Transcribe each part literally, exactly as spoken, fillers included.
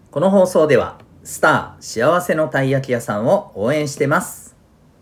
この放送ではスター幸せのたい焼き屋さんを応援してます。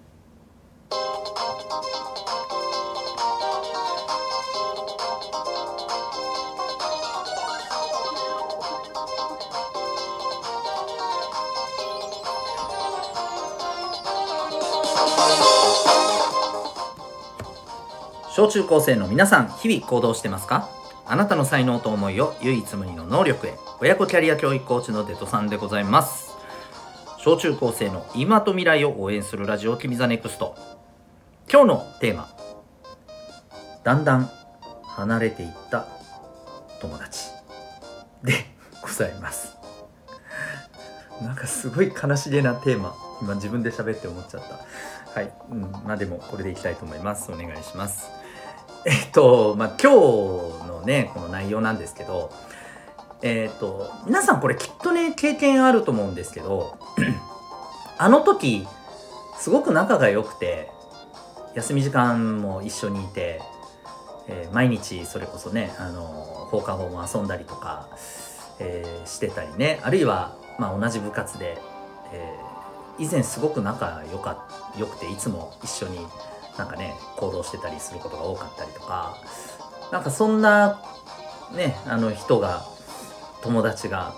小中高生の皆さん、日々行動してますか？あなたの才能と思いを唯一無二の能力へ。親子キャリア教育コーチのデトさんでございます。小中高生の今と未来を応援するラジオ君ザネクスト。今日のテーマ、だんだん離れていった友達でございます。なんかすごい悲しげなテーマ、今自分で喋って思っちゃった。はい、うん、まあでもこれでいきたいと思います。お願いします。えっとまあ今日のねこの内容なんですけど、えっと皆さんこれきっとね経験あると思うんですけどあの時すごく仲が良くて、休み時間も一緒にいて、えー毎日それこそねあの放課後も遊んだりとか、えーしてたりね、あるいは、まあ、同じ部活で、えー以前すごく仲良か良くて、いつも一緒になんかね行動してたりすることが多かったりとか、なんかそんなねあの人が友達が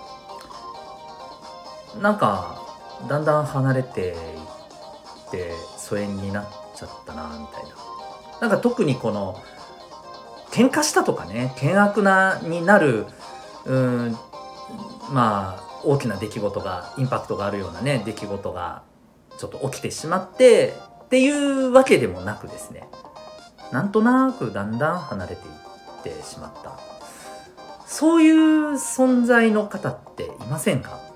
なんかだんだん離れていって疎遠になっちゃったなみたいな。なんか特にこの喧嘩したとかね、険悪なになるうーんまあ大きな出来事が、インパクトがあるようなね出来事がちょっと起きてしまってっていうわけでもなくですね、なんとなくだんだん離れていってしまった、そういう存在の方っていませんか？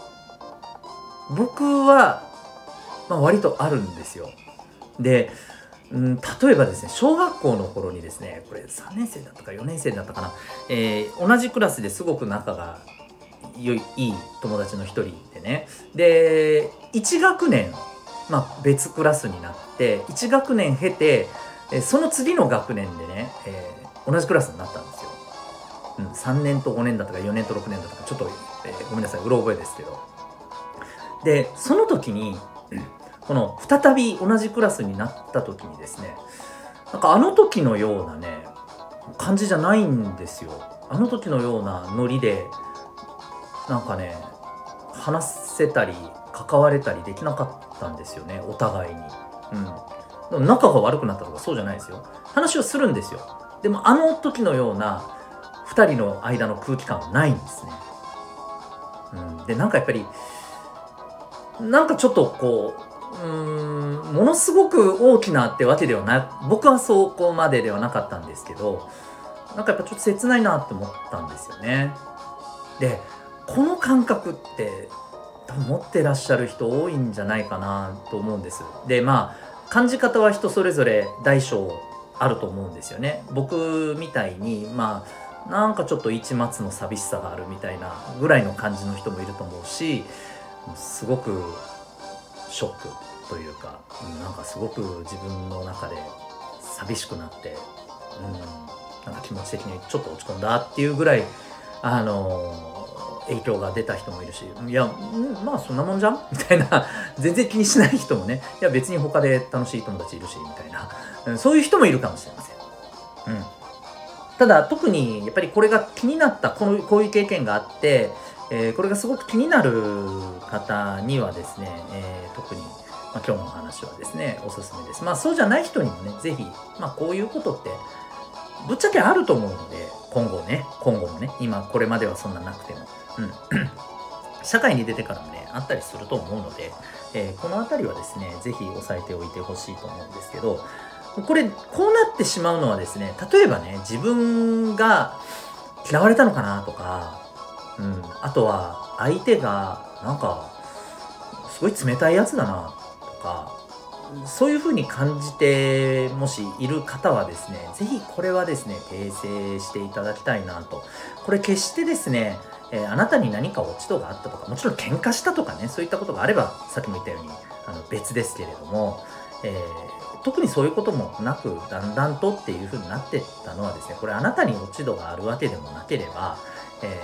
僕は、まあ、割とあるんですよ。で、うん、例えばですね、小学校の頃にですね、これさんねん生だったかよねん生だったかな、えー同じクラスですごく仲が良いいい友達の一人でね、でいち学年、まあ、別クラスになっていち学年経て、えーその次の学年でね、えー同じクラスになったんですよ。うん、さんねんとごねんだったかよねんとろくねんだったか、ちょっと、えーごめんなさい、うろ覚えですけど、でその時にこの再び同じクラスになった時にですね、なんかあの時のようなね感じじゃないんですよ。あの時のようなノリでなんかね話せたり関われたりできなかったんですよね、お互いに。うん。でも仲が悪くなったとかそうじゃないですよ。話をするんですよ。でもあの時のようなふたりの間の空気感はないんですね。うん。でなんかやっぱりなんかちょっとこううーんものすごく大きなってわけではない、僕はそこまでではなかったんですけど、なんかやっぱちょっと切ないなって思ったんですよね。でこの感覚って多分持ってらっしゃる人多いんじゃないかなと思うんです。でまあ感じ方は人それぞれ大小あると思うんですよね。僕みたいにまあなんかちょっと一末の寂しさがあるみたいなぐらいの感じの人もいると思うし、すごくショックというか、うんなんかすごく自分の中で寂しくなって、うん、なんか気持ち的にちょっと落ち込んだっていうぐらいあの影響が出た人もいるし、いや、うんまあそんなもんじゃんみたいな全然気にしない人もね、いや別に他で楽しい友達いるしみたいな、うんそういう人もいるかもしれません。うん、ただ特にやっぱりこれが気になった、このこういう経験があって、えーこれがすごく気になる方にはですね、えー特に、まあ、今日のお話はですねおすすめです。まあそうじゃない人にもねぜひ、まあ、こういうことってぶっちゃけあると思うので、今後ね今後もね、今これまではそんななくても、うん社会に出てからもねあったりすると思うので、えーこのあたりはですねぜひ押さえておいてほしいと思うんですけど、これこうなってしまうのはですね、例えばね自分が嫌われたのかなとか、うん、あとは相手がなんかすごい冷たいやつだなとか、そういう風に感じてもしいる方はですね、ぜひこれはですね訂正していただきたいなと。これ決してですね、えーあなたに何か落ち度があったとか、もちろん喧嘩したとかね、そういったことがあればさっきも言ったようにあの別ですけれども、えー特にそういうこともなくだんだんとっていう風になってったのはですね、これあなたに落ち度があるわけでもなければ、えー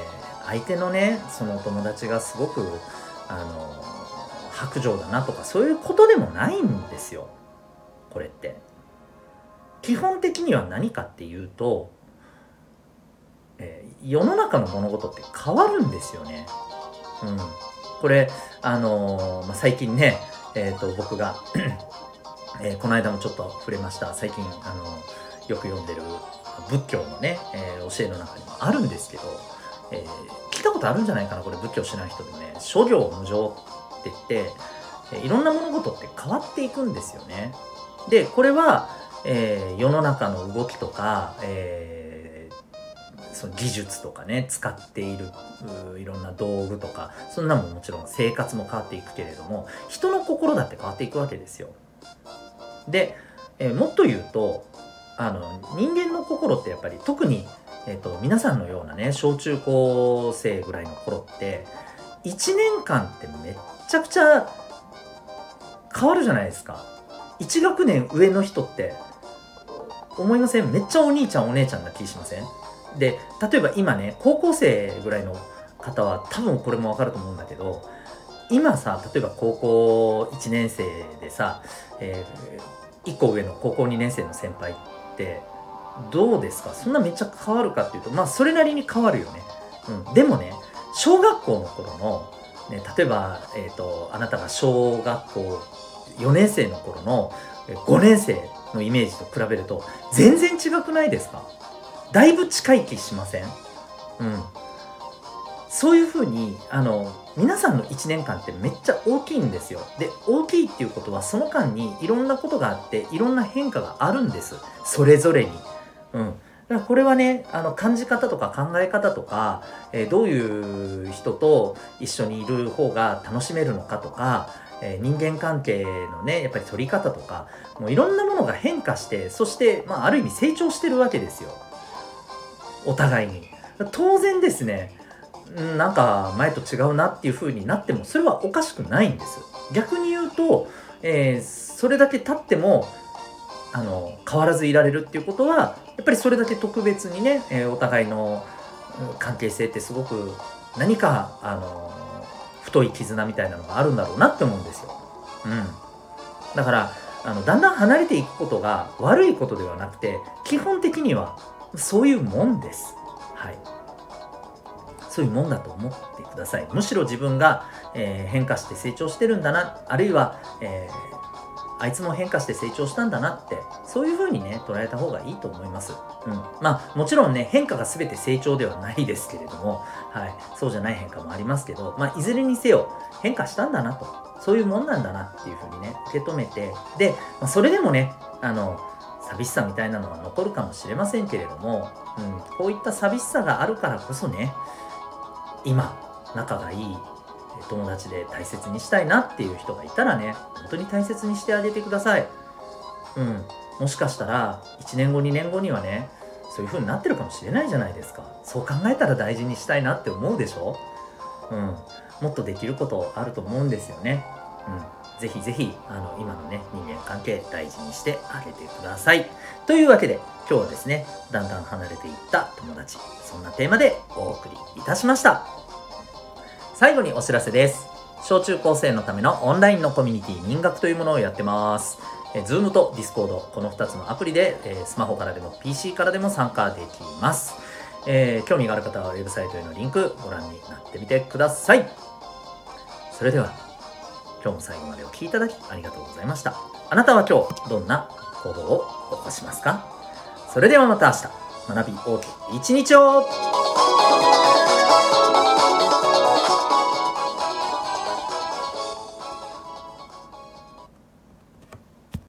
相手のねそのお友達がすごくあの薄情だなとかそういうことでもないんですよ。これって基本的には何かっていうと、えー、世の中の物事って変わるんですよね。うん、これあのーまあ、最近ね、えー、と僕が、えー、この間もちょっと触れました最近、あのーよく読んでる仏教のね、えー、教えの中にもあるんですけど、えー、聞いたことあるんじゃないかなこれ仏教しない人でもね、諸行無常って言って、えー、いろんな物事って変わっていくんですよね。でこれは、えー、世の中の動きとか、えー、その技術とかね使っているいろんな道具とかそんなもんもちろん生活も変わっていくけれども人の心だって変わっていくわけですよ。で、えー、もっと言うとあの人間の心ってやっぱり特に、えーと、皆さんのようなね小中高生ぐらいの頃っていちねんかんってめっちゃくちゃ変わるじゃないですか。いち学年上の人って思いません？めっちゃお兄ちゃんお姉ちゃんな気しません？で例えば今ね高校生ぐらいの方は多分これもわかると思うんだけど今さ例えば高校いちねん生でさ、えー、いっこ上の高校にねん生の先輩ってどうですか？そんなめっちゃ変わるかっていうとまあそれなりに変わるよね、うん、でもね小学校の頃の、ね、例えば、えーと、あなたが小学校よねん生の頃のごねん生のイメージと比べると全然違くないですか？だいぶ近い気しません？うん。そういう風にあの皆さんのいちねんかんってめっちゃ大きいんですよ。で大きいっていうことはその間にいろんなことがあっていろんな変化があるんです。それぞれに。うん。だからこれはねあの感じ方とか考え方とか、えーどういう人と一緒にいる方が楽しめるのかとか、えー人間関係のねやっぱり取り方とかもういろんなものが変化してそして、まあ、ある意味成長してるわけですよ。お互いに。当然ですねなんか前と違うなっていう風になってもそれはおかしくないんです。逆に言うと、えーそれだけ経ってもあの変わらずいられるっていうことはやっぱりそれだけ特別にね、えーお互いのうん関係性ってすごく何かあの太い絆みたいなのがあるんだろうなって思うんですよ。うん、だからあのだんだん離れていくことが悪いことではなくて基本的にはそういうもんです。はい。そういうもんだと思ってください。むしろ自分が、えー変化して成長してるんだな、あるいは、えーあいつも変化して成長したんだなって、そういう風にね、捉えた方がいいと思います。うん。まあ、もちろんね、変化が全て成長ではないですけれども、はい。そうじゃない変化もありますけど、まあ、いずれにせよ、変化したんだなと、そういうもんなんだなっていう風にね、受け止めて、で、まあ、それでもね、あの、寂しさみたいなのは残るかもしれませんけれども、うん、こういった寂しさがあるからこそね、今仲がいい友達で大切にしたいなっていう人がいたらね本当に大切にしてあげてください。うん、もしかしたらいちねんごにねんごにはねそういう風になってるかもしれないじゃないですか。そう考えたら大事にしたいなって思うでしょ。うん、もっとできることあると思うんですよね。うん、ぜひぜひあの今のね人間関係大事にしてあげてください。というわけで今日はですねだんだん離れていった友達そんなテーマでお送りいたしました。最後にお知らせです。小中高生のためのオンラインのコミュニティ民学というものをやってます。え Zoom と Discord このふたつのアプリで、えースマホからでも ピーシー からでも参加できます。えー興味がある方はウェブサイトへのリンクご覧になってみてください。それでは今日も最後までお聞きいただきありがとうございました。あなたは今日どんな行動を起こしますか？それではまた明日学び大きい一日を。